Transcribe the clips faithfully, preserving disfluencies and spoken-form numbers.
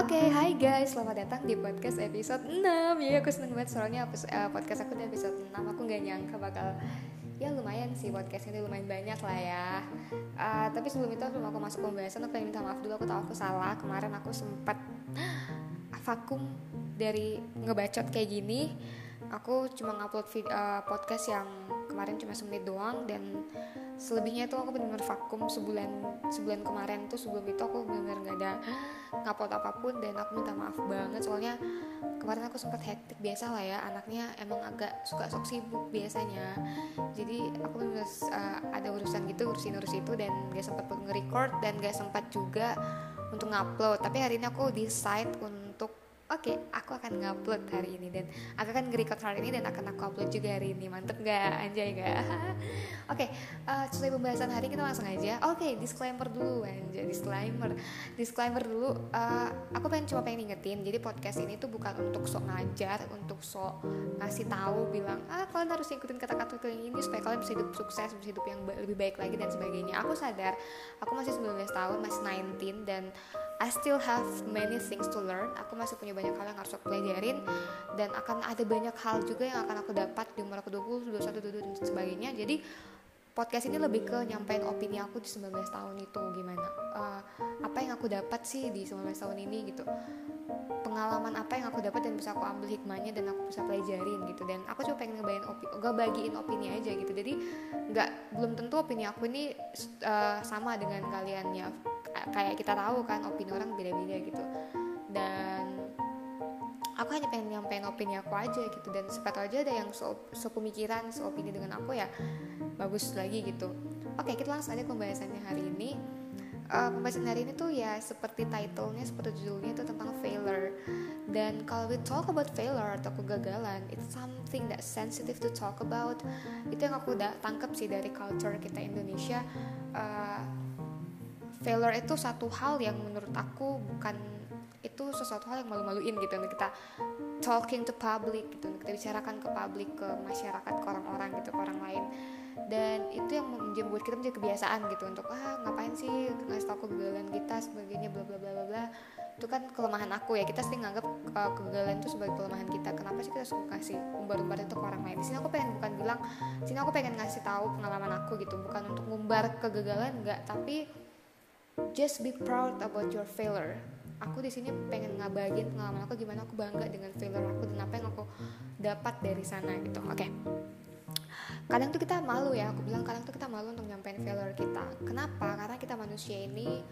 Oke, okay, hai guys, selamat datang di podcast episode enam. Ya, aku seneng banget soalnya uh, podcast aku di episode enam. Aku gak nyangka bakal, ya lumayan sih podcastnya, lumayan banyak lah ya. uh, Tapi sebelum itu, sebelum aku masuk pembahasan, aku pengen minta maaf dulu. Aku tahu aku salah, kemarin aku sempat vakum dari ngebacot kayak gini. Aku cuma ngupload video, uh, podcast yang kemarin cuma semenit doang. Dan selebihnya itu aku benar-benar vakum sebulan sebulan kemarin tuh. Sebelum itu aku benar-benar gak ada ngupload apapun. Dan aku minta maaf banget soalnya kemarin aku sempat hektik. Biasa lah ya, anaknya emang agak suka sok sibuk biasanya. Jadi aku benar-benar uh, ada urusan gitu, urusin-urus itu. Dan gak sempat nge-record dan gak sempat juga untuk ngupload. Tapi hari ini aku decide untuk oke, okay, aku akan ngupload hari ini dan aku akan nge-record hari ini dan akan aku upload juga hari ini. Mantep gak? Anjay gak? Oke, okay, uh, sesuai pembahasan hari kita langsung aja. Oke, okay, disclaimer dulu anjay, disclaimer. Disclaimer dulu, uh, aku pengen cuma pengen ingetin. Jadi podcast ini tuh bukan untuk sok ngajar, untuk sok ngasih tahu bilang, ah kalian harus ikutin kata-kata yang ini supaya kalian bisa hidup sukses, bisa hidup yang lebih baik lagi dan sebagainya. Aku sadar, aku masih sembilan belas tahun, masih sembilan belas dan I still have many things to learn. Aku masih punya banyak hal yang harus aku pelajarin. Dan akan ada banyak hal juga yang akan aku dapat di umur aku dua puluh, dua puluh satu, dua puluh dua dan sebagainya. Jadi podcast ini lebih ke nyampein opini aku di sembilan belas tahun itu. Gimana, uh, apa yang aku dapat sih di sembilan belas tahun ini gitu. Pengalaman apa yang aku dapat dan bisa aku ambil hikmahnya dan aku bisa pelajarin gitu. Dan aku cuma pengen ngebagiin opini, gak bagiin opini aja gitu. Jadi gak, belum tentu opini aku ini uh, sama dengan kalian ya. Kayak kita tahu kan opini orang beda-beda gitu. Dan aku hanya pengen nyampein opini aku aja gitu. Dan siapa tahu aja ada yang sepemikiran, seopini dengan aku ya bagus lagi gitu. Oke, kita langsung aja pembahasannya hari ini. Uh, pembahasan hari ini tuh ya seperti title-nya, seperti judulnya itu tentang failure. Dan kalau we talk about failure atau kegagalan, it's something that sensitive to talk about. Itu yang aku udah tangkap sih dari culture kita Indonesia. uh, Failure itu satu hal yang menurut aku bukan, itu sesuatu hal yang malu-maluin gitu untuk kita talking to public gitu, untuk kita bicarakan ke publik, ke masyarakat, ke orang-orang gitu, ke orang lain. Dan itu yang membuat kita menjadi kebiasaan gitu untuk ah ngapain sih ngasih tau kegagalan kita sebagainya bla bla bla bla bla. Itu kan kelemahan aku ya, kita sering nganggap uh, kegagalan itu sebagai kelemahan kita. Kenapa sih kita suka kasih umbar-umbar itu ke orang lain? Di sini aku pengen bukan bilang, di sini aku pengen ngasih tahu pengalaman aku gitu, bukan untuk ngumbar kegagalan enggak, tapi just be proud about your failure. Aku di sini pengen ngabagiin pengalaman aku, gimana aku bangga dengan failure aku dan apa yang aku dapat dari sana gitu. Oke. Okay. Kadang tuh kita malu ya, aku bilang kadang tuh kita malu untuk nyampein failure kita. Kenapa? Karena kita manusia ini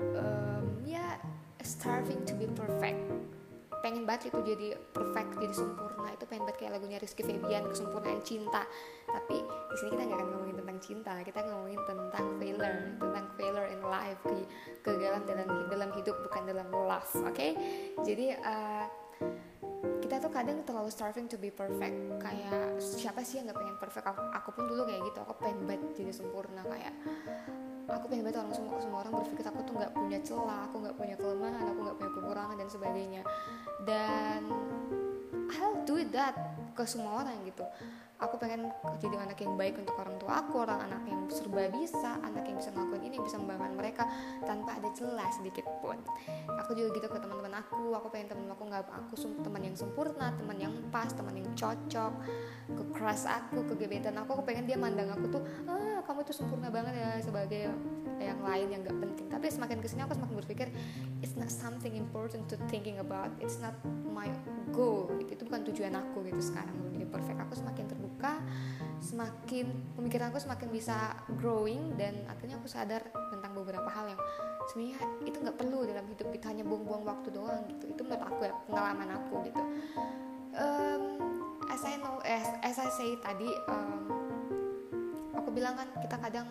um, ya starving to be perfect. Pengen banget itu jadi perfect, jadi sempurna. Itu pengen banget kayak lagunya Rizky Febian, Kesempurnaan Cinta. Tapi di sini kita nggak akan ngomongin tentang cinta, kita ngomongin tentang failure, tentang failure in life, kegagalan dalam dalam hidup, bukan dalam love. Oke, okay? Jadi uh, kita tuh kadang terlalu starving to be perfect. Kayak siapa sih yang nggak pengen perfect? Aku, aku pun dulu kayak gitu. Aku pengen banget jadi sempurna, kayak aku pengen banget orang semua semua orang berpikir aku tuh nggak punya celah, aku nggak punya kelemahan, aku nggak punya kekurangan dan sebagainya. Dan I'll do that ke semua orang gitu. Aku pengen jadi anak yang baik untuk orang tua aku, orang anak yang serba bisa, anak yang bisa ngelakuin ini, bisa membanggakan mereka tanpa ada celah sedikit pun. Aku juga gitu ke teman-teman aku. Aku pengen teman aku nggak aku teman yang sempurna, teman yang pas, teman yang cocok. Ke crush aku, ke gebetan aku, aku pengen dia mandang aku tuh, ah kamu tuh sempurna banget ya, sebagai yang lain yang nggak penting. Tapi semakin kesini aku semakin berpikir it's not something important to thinking about, it's not my goal gitu. Itu bukan tujuan aku gitu sekarang menjadi perfect. Aku semakin terbuka, semakin pemikiran aku semakin bisa growing. Dan akhirnya aku sadar tentang beberapa hal yang sebenarnya itu nggak perlu dalam hidup kita, hanya buang-buang waktu doang gitu. Itu menurut aku ya, pengalaman aku gitu. um, as I know as, as I say tadi, um, aku bilang kan kita kadang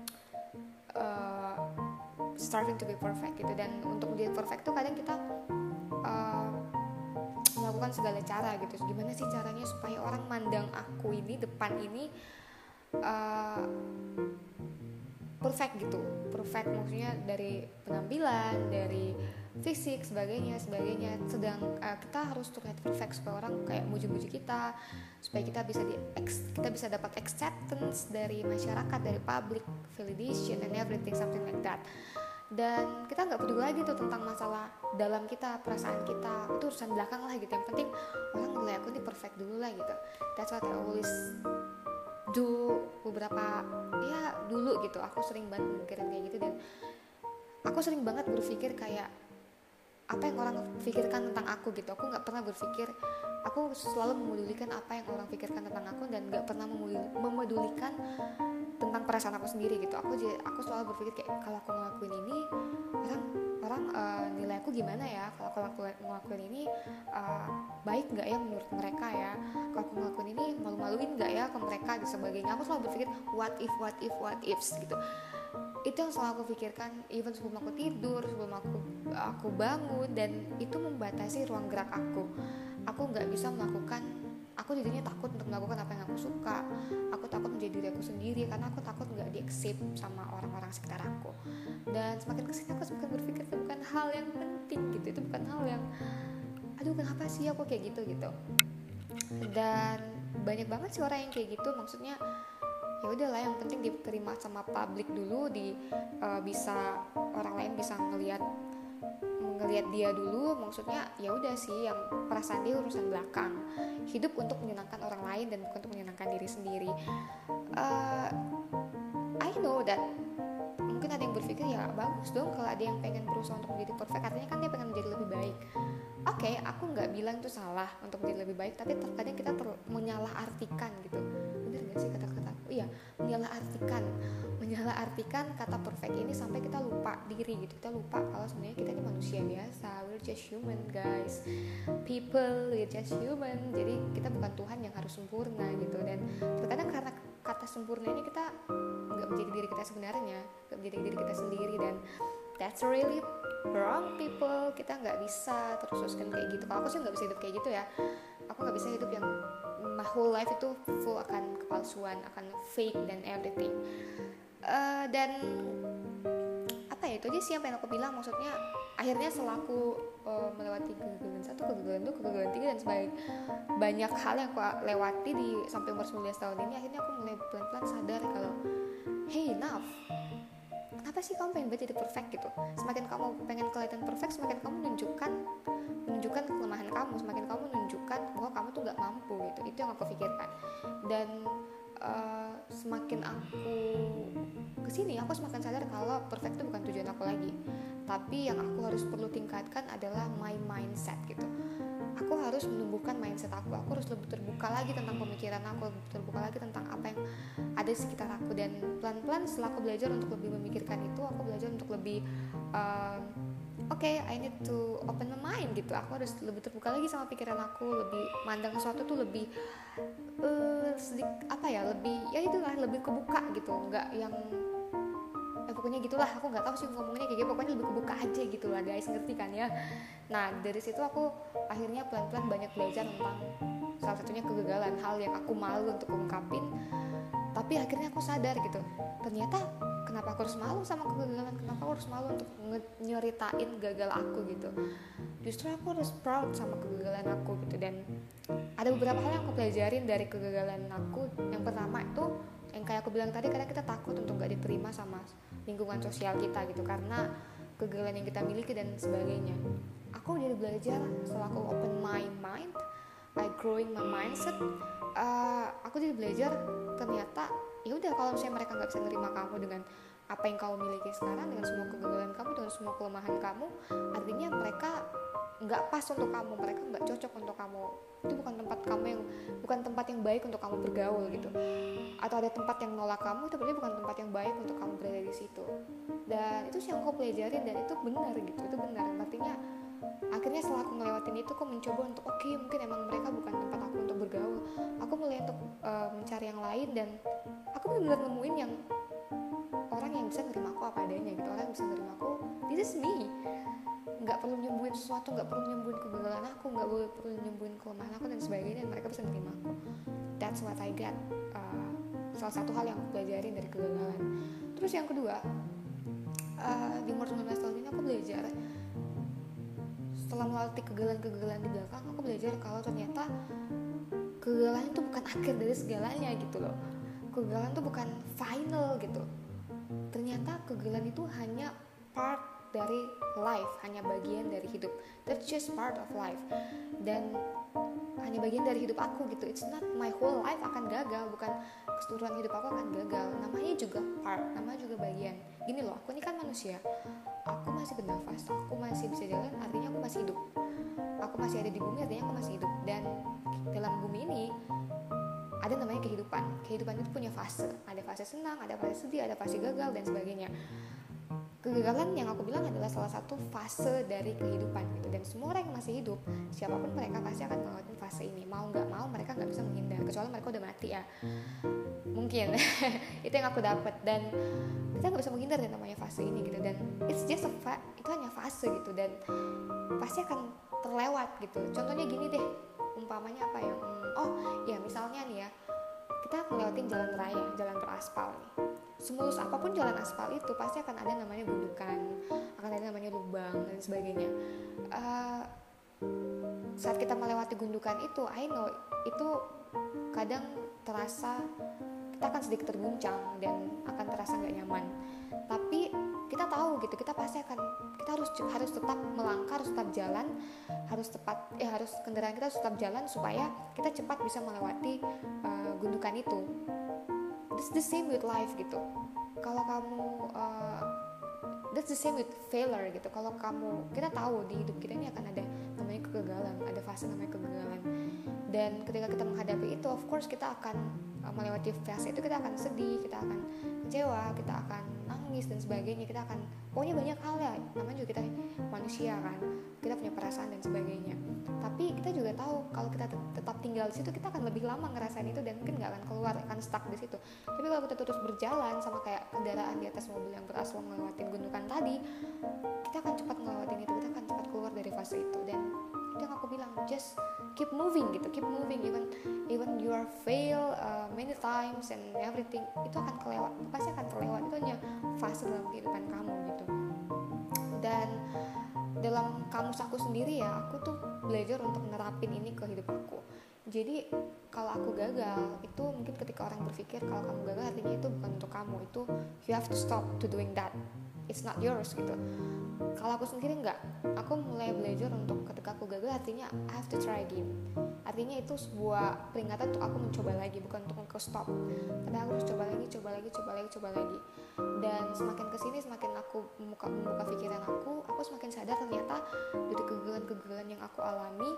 uh, starving to be perfect gitu. Dan untuk menjadi perfect tuh kadang kita uh, melakukan segala cara gitu. Gimana sih caranya supaya orang mandang aku ini, depan ini uh, perfect gitu. Perfect maksudnya dari penampilan, dari fisik, sebagainya, sebagainya. Sedang uh, kita harus terlihat perfect supaya orang kayak muji-muji kita, supaya kita bisa di kita bisa dapat acceptance dari masyarakat, dari public validation and everything, something like that. dan kita nggak peduli lagi tuh tentang masalah dalam kita, perasaan kita, itu urusan belakang lah gitu. Yang penting orang nilai aku ini perfect dulu lah gitu. That's what I always do. Beberapa ya dulu gitu aku sering banget mikirin kayak gitu, dan aku sering banget berpikir kayak apa yang orang pikirkan tentang aku gitu. Aku nggak pernah berpikir, aku selalu memedulikan apa yang orang pikirkan tentang aku, dan nggak pernah memedulikan tentang perasaan aku sendiri gitu. Aku aku selalu berpikir kayak kalau aku ngelakuin ini orang orang uh, nilai aku gimana ya, kalau aku ngelakuin, ngelakuin ini uh, baik nggak ya menurut mereka ya, kalau aku ngelakuin ini malu-maluin nggak ya ke mereka dan sebagainya. Aku selalu berpikir what if what if what ifs gitu. Itu yang selalu aku pikirkan even sebelum aku tidur, sebelum aku aku bangun, dan itu membatasi ruang gerak aku. Aku nggak bisa melakukan, aku jadinya takut untuk melakukan apa yang aku suka. Aku takut menjadi diri aku sendiri karena aku takut nggak di-accept sama orang-orang sekitar aku. Dan semakin kesini aku semakin berpikir itu bukan hal yang penting gitu. Itu bukan hal yang, aduh kenapa sih aku kayak gitu gitu. Dan banyak banget sih orang yang kayak gitu. Maksudnya ya udahlah, yang penting diterima sama publik dulu, di uh, bisa orang lain bisa ngelihat ngelihat dia dulu. Maksudnya ya udah sih, yang perasaan dia urusan belakang. Hidup untuk menyenangkan orang lain dan bukan untuk menyenangkan diri sendiri. uh, I know that mungkin ada yang berpikir ya bagus dong kalau ada yang pengen berusaha untuk menjadi perfect, artinya kan dia pengen menjadi lebih baik. Oke, okay, aku nggak bilang itu salah untuk menjadi lebih baik, tapi terkadang kita ter- menyalahartikan gitu. Bener nggak sih kata-kata? Iya, menyalahartikan, menyalahartikan kata perfect ini sampai kita lupa diri gitu. Kita lupa kalau sebenarnya kita ini manusia biasa. We're just human guys, people, we're just human. Jadi kita bukan Tuhan yang harus sempurna gitu. Dan terkadang karena kata sempurna ini kita nggak menjadi diri kita sebenarnya, nggak menjadi diri kita sendiri, dan that's really wrong people. Kita nggak bisa terus-teruskan kayak gitu. Kalau aku sih nggak bisa hidup kayak gitu ya. Aku nggak bisa hidup yang my whole life itu full akan kepalsuan, akan fake dan everything. Uh, dan apa ya, itu aja sih yang pengen aku bilang. Maksudnya akhirnya setelah aku uh, melewati kegagalan satu, kegagalan dua, kegagalan tiga, dan sebagainya, banyak hal yang aku lewati di sampai umur sembilan belas tahun ini, akhirnya aku mulai pelan-pelan sadar kalau hey enough, kenapa sih kamu pengen banget jadi perfect gitu? Semakin kamu pengen kelihatan perfect, semakin kamu menunjukkan menunjukkan kelemahan kamu, semakin kamu menunjukkan bahwa kamu tuh nggak mampu gitu. Itu yang aku pikirkan. Dan uh, semakin aku kesini, aku semakin sadar kalau perfect itu bukan tujuan aku lagi, tapi yang aku harus perlu tingkatkan adalah my mindset gitu. Aku harus menumbuhkan mindset aku. Aku harus lebih terbuka lagi tentang pemikiran aku, lebih terbuka lagi tentang apa yang ada di sekitar aku. Dan pelan-pelan setelah aku belajar untuk lebih memikirkan itu, aku belajar untuk lebih uh, oke, okay, I need to open my mind gitu. Aku harus lebih terbuka lagi sama pikiran aku, lebih mandang sesuatu tuh lebih uh, sedikit apa ya, lebih ya itulah, lebih kebuka gitu. Enggak yang eh, pokoknya gitulah, aku nggak tahu sih ngomongnya kayak gitu. Pokoknya lebih kebuka aja gitu lah guys, ngerti kan ya. Nah dari situ aku akhirnya pelan-pelan banyak belajar tentang salah satunya kegagalan, hal yang aku malu untuk ungkapin. Tapi akhirnya aku sadar gitu, ternyata kenapa aku harus malu sama kegagalan, kenapa aku harus malu untuk nyeritain gagal aku gitu. Justru aku harus proud sama kegagalan aku gitu. Dan ada beberapa hal yang aku pelajarin dari kegagalan aku. Yang pertama itu yang kayak aku bilang tadi, kadang kita takut untuk gak diterima sama lingkungan sosial kita gitu, karena kegagalan yang kita miliki dan sebagainya. Aku jadi belajar setelah aku open my mind, I growing my mindset, uh, aku jadi belajar ternyata ya udah, kalau misalnya mereka nggak bisa nerima kamu dengan apa yang kamu miliki sekarang, dengan semua kegagalan kamu, dengan semua kelemahan kamu, artinya mereka nggak pas untuk kamu, mereka nggak cocok untuk kamu. Itu bukan tempat kamu yang bukan tempat yang baik untuk kamu bergaul gitu. Atau ada tempat yang nolak kamu, itu berarti bukan tempat yang baik untuk kamu berada di situ. Dan itu sih yang aku pelajarin, dan itu benar gitu, itu benar. Artinya akhirnya setelah aku ngelewatin itu, aku mencoba untuk oke okay, mungkin emang mereka bukan tempat aku untuk bergaul. Aku mulai untuk uh, mencari yang lain, dan aku benar-benar nemuin yang orang yang bisa nerima aku apa adanya gitu, orang yang bisa nerima aku, this is me. Nggak perlu nyembuhin sesuatu, nggak perlu nyembuhin kegagalan aku, nggak perlu nyembuhin kelemahan aku dan sebagainya, dan mereka bisa nerima aku. That's what I got. Uh, salah satu hal yang aku pelajarin dari kegagalan. Terus yang kedua, uh, di umur sembilan belas tahun ini aku belajar, setelah melalui kegagalan-kegagalan di belakang, aku belajar kalau ternyata kegagalan itu bukan akhir dari segalanya gitu loh. Kegagalan itu bukan final gitu. Ternyata kegagalan itu hanya part dari life, hanya bagian dari hidup. That's just part of life. Dan hanya bagian dari hidup aku gitu. It's not my whole life akan gagal, bukan keseluruhan hidup aku akan gagal. Namanya juga part, namanya juga bagian. Gini loh, aku ini kan manusia. Aku masih bernafas, aku masih bisa jalan, artinya aku masih hidup. Aku masih ada di bumi, artinya aku masih hidup. Dan dalam bumi ini ada namanya kehidupan. Kehidupan itu punya fase. Ada fase senang, ada fase sedih, ada fase gagal dan sebagainya. Kegagalan yang aku bilang adalah salah satu fase dari kehidupan gitu. Dan semua orang yang masih hidup, siapapun mereka pasti akan melewati fase ini. Mau nggak mau mereka nggak bisa menghindar, kecuali mereka udah mati ya. Mungkin itu yang aku dapat. Dan kita nggak bisa menghindar dari namanya fase ini gitu. Dan it's just a fa- itu hanya fase gitu. Dan pasti akan terlewat gitu. Contohnya gini deh, umpamanya apa yang hmm, oh ya misalnya nih ya, kita ngelewatin jalan raya, jalan beraspal nih. Semulus apapun jalan aspal itu pasti akan ada namanya gundukan, akan ada namanya lubang dan sebagainya. Uh, saat kita melewati gundukan itu, I know itu kadang terasa kita akan sedikit terguncang dan akan terasa nggak nyaman. Tapi kita tahu gitu, kita pasti akan, kita harus harus tetap melangkah, harus tetap jalan, harus tepat, eh harus kendaraan kita harus tetap jalan supaya kita cepat bisa melewati uh, gundukan itu. It's the same with life gitu. Kalau kamu uh, that's the same with failure gitu. Kalau kamu, kita tahu di hidup kita ini akan ada namanya kegagalan, ada fase namanya kegagalan. Dan ketika kita menghadapi itu, of course kita akan uh, melewati fase itu, kita akan sedih, kita akan kecewa, kita akan nangis dan sebagainya. Kita akan, pokoknya banyak hal ya. Namanya juga kita manusia kan, kita punya perasaan dan sebagainya. Tapi kita juga tahu kalau kita tetap tinggal di situ, kita akan lebih lama ngerasain itu dan mungkin nggak akan keluar, akan stuck di situ. Tapi kalau kita terus berjalan sama kayak kendaraan di atas mobil yang beraspal melewatin gundukan tadi, kita akan cepat melewatin itu, kita akan cepat keluar dari fase itu. Dan itu yang aku bilang, just keep moving gitu, keep moving even even you are fail uh, many times and everything, itu akan kelewat, pasti akan terlewat. Itu hanya fase dalam kehidupan kamu gitu. Dan dalam kamus aku sendiri ya, aku tuh belajar untuk nerapin ini ke hidup aku. Jadi kalau aku gagal, itu mungkin ketika orang berpikir kalau kamu gagal artinya itu bukan untuk kamu, itu you have to stop to doing that, it's not yours gitu. Kalau aku sendiri enggak, aku mulai belajar untuk ketika aku gagal artinya I have to try again. Artinya itu sebuah peringatan untuk aku mencoba lagi, bukan untuk aku stop. Tapi aku harus coba lagi, coba lagi, coba lagi, coba lagi. Dan semakin kesini, semakin aku membuka, membuka pikiran aku, aku semakin sadar ternyata dari kegagalan-kegagalan yang aku alami,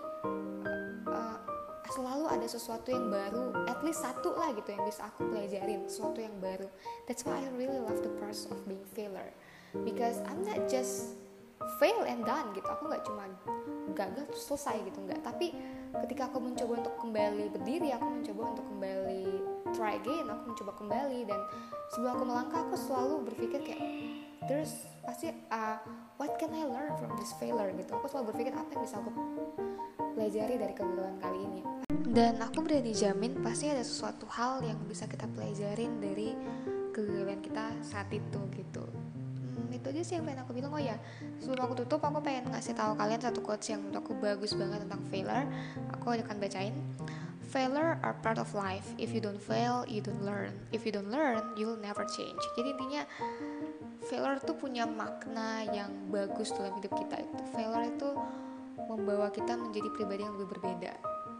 uh, selalu ada sesuatu yang baru, at least satu lah gitu yang bisa aku pelajarin, sesuatu yang baru. That's why I really love the process of being failure. Because I'm not just fail and done gitu. Aku gak cuma gagal terus selesai gitu, enggak. Tapi ketika aku mencoba untuk kembali berdiri, aku mencoba untuk kembali try again, aku mencoba kembali. Dan sebelum aku melangkah, aku selalu berpikir kayak there's pasti uh, what can I learn from this failure gitu. Aku selalu berpikir apa yang bisa aku pelajari dari kegagalan kali ini. Dan aku berani jamin pasti ada sesuatu hal yang bisa kita pelajarin dari kegagalan kita saat itu gitu. Itu aja sih yang pengen aku bilang. Oh ya, sebelum aku tutup, aku pengen ngasih tahu kalian satu quotes yang menurut aku bagus banget tentang failure. Aku akan bacain. Failure are part of life. If you don't fail, you don't learn. If you don't learn, you'll never change. Jadi intinya failure tuh punya makna yang bagus dalam hidup kita itu. Failure itu membawa kita menjadi pribadi yang lebih berbeda.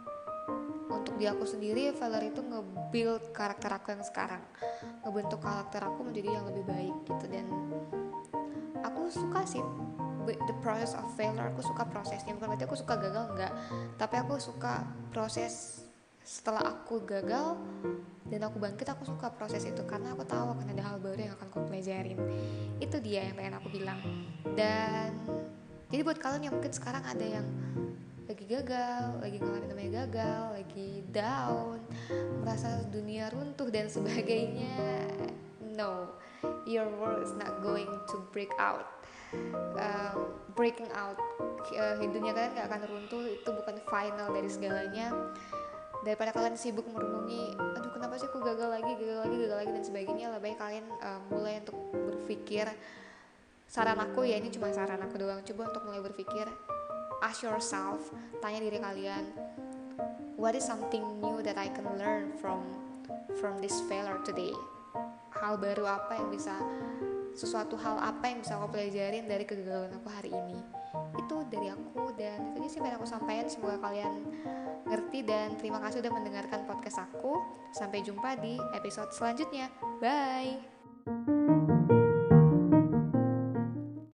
Untuk di aku sendiri, failure itu nge-build karakter aku yang sekarang, ngebentuk karakter aku menjadi yang lebih baik gitu. Dan aku suka sih the process of failure, aku suka prosesnya. Bukan berarti aku suka gagal, enggak. Tapi aku suka proses setelah aku gagal dan aku bangkit, aku suka proses itu karena aku tahu akan ada hal baru yang akan aku pelajarin. Itu dia yang pengen aku bilang. Dan jadi buat kalian yang mungkin sekarang ada yang lagi gagal, lagi ngalamin namanya gagal, lagi down, merasa dunia runtuh dan sebagainya, no, your world is not going to break out, uh, breaking out. Uh, dunia kalian gak akan runtuh, itu bukan final dari segalanya. Daripada kalian sibuk merenungi, aduh kenapa sih aku gagal lagi, gagal lagi, gagal lagi dan sebagainya, lebih baik kalian uh, mulai untuk berpikir. Saran aku ya, ini cuma saran aku doang, coba untuk mulai berpikir. Ask yourself, tanya diri kalian, what is something new that I can learn from from this failure today? Hal baru apa yang bisa sesuatu hal apa yang bisa aku pelajarin dari kegagalan aku hari ini. Itu dari aku, dan itu aja sih yang aku sampaikan. Semoga kalian ngerti, dan terima kasih udah mendengarkan podcast aku. Sampai jumpa di episode selanjutnya. Bye.